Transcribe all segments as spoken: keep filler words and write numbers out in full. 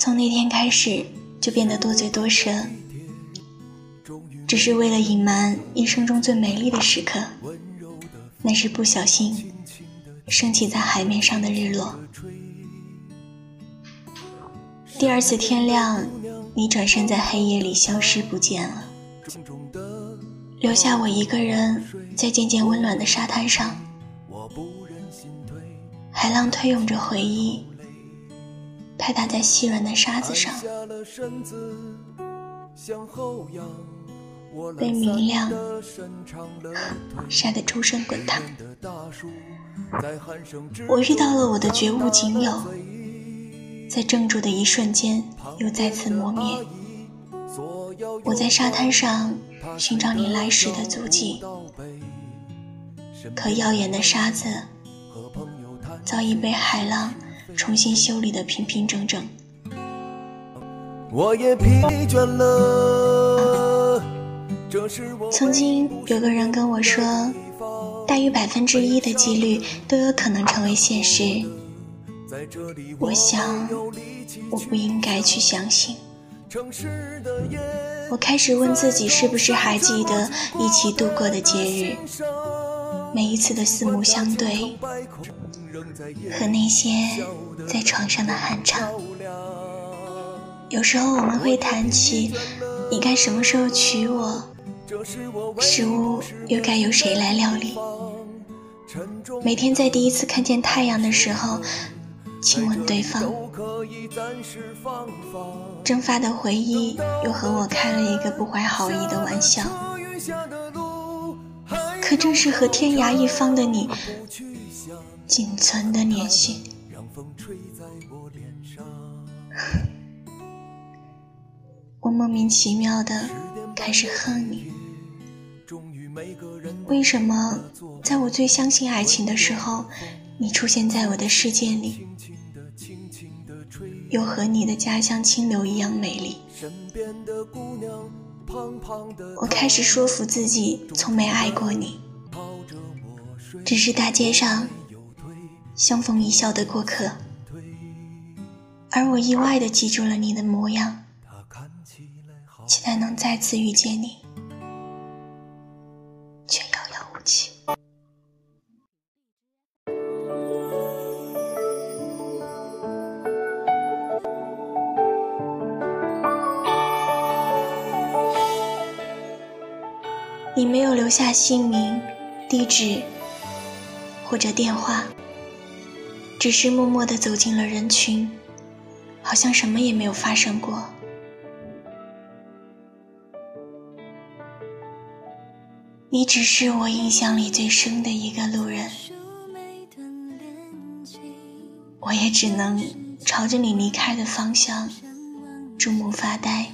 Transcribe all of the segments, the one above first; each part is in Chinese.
从那天开始就变得多嘴多舌，只是为了隐瞒一生中最美丽的时刻，那是不小心升起在海面上的日落。第二次天亮，你转身在黑夜里消失不见了，留下我一个人在渐渐温暖的沙滩上。海浪推涌着回忆，拍打在细软的沙子上，被明亮晒得周身滚烫。我遇到了我的绝无仅有，在怔住的一瞬间又再次磨灭。我在沙滩上寻找你来时的足迹，可耀眼的沙子早已被海浪重新修理得平平整整。 我也疲倦了。 曾经有个人跟我说，大于百分之一的几率都有可能成为现实。我想我不应该去相信。我开始问自己，是不是还记得一起度过的节日，每一次的四目相对，和那些在床上的酣畅。有时候我们会谈起，你该什么时候娶我，食物又该由谁来料理。每天在第一次看见太阳的时候亲吻对方，蒸发的回忆又和我开了一个不怀好意的玩笑。可正是和天涯一方的你仅存的联系。我莫名其妙地开始恨你。为什么在我最相信爱情的时候，你出现在我的世界里，又和你的家乡清流一样美丽？我开始说服自己从没爱过你，只是大街上相逢一笑的过客，而我意外地记住了你的模样，期待能再次遇见你，却遥遥无期。你没有留下姓名、地址或者电话，只是默默地走进了人群，好像什么也没有发生过。你只是我印象里最深的一个路人，我也只能朝着你离开的方向注目发呆。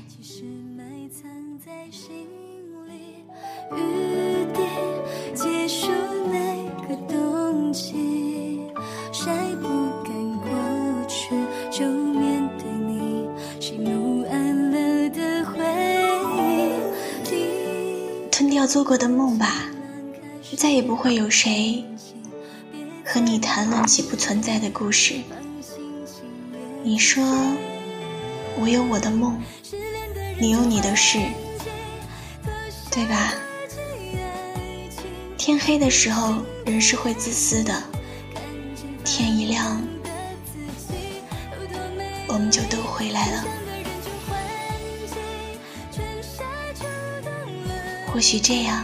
雨滴结束每个冬季，晒不干过去，就面对你喜怒哀乐的回忆。吞掉做过的梦吧，再也不会有谁和你谈论起不存在的故事。你说我有我的梦，你有你的事，对吧？天黑的时候人是会自私的，天一亮我们就都回来了。或许这样，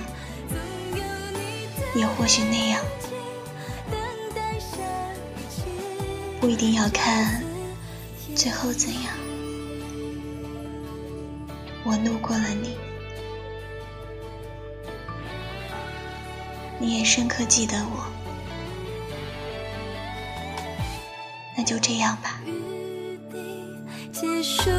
也或许那样，不一定要看最后怎样。我路过了你，你也深刻记得我，那就这样吧。雨滴结束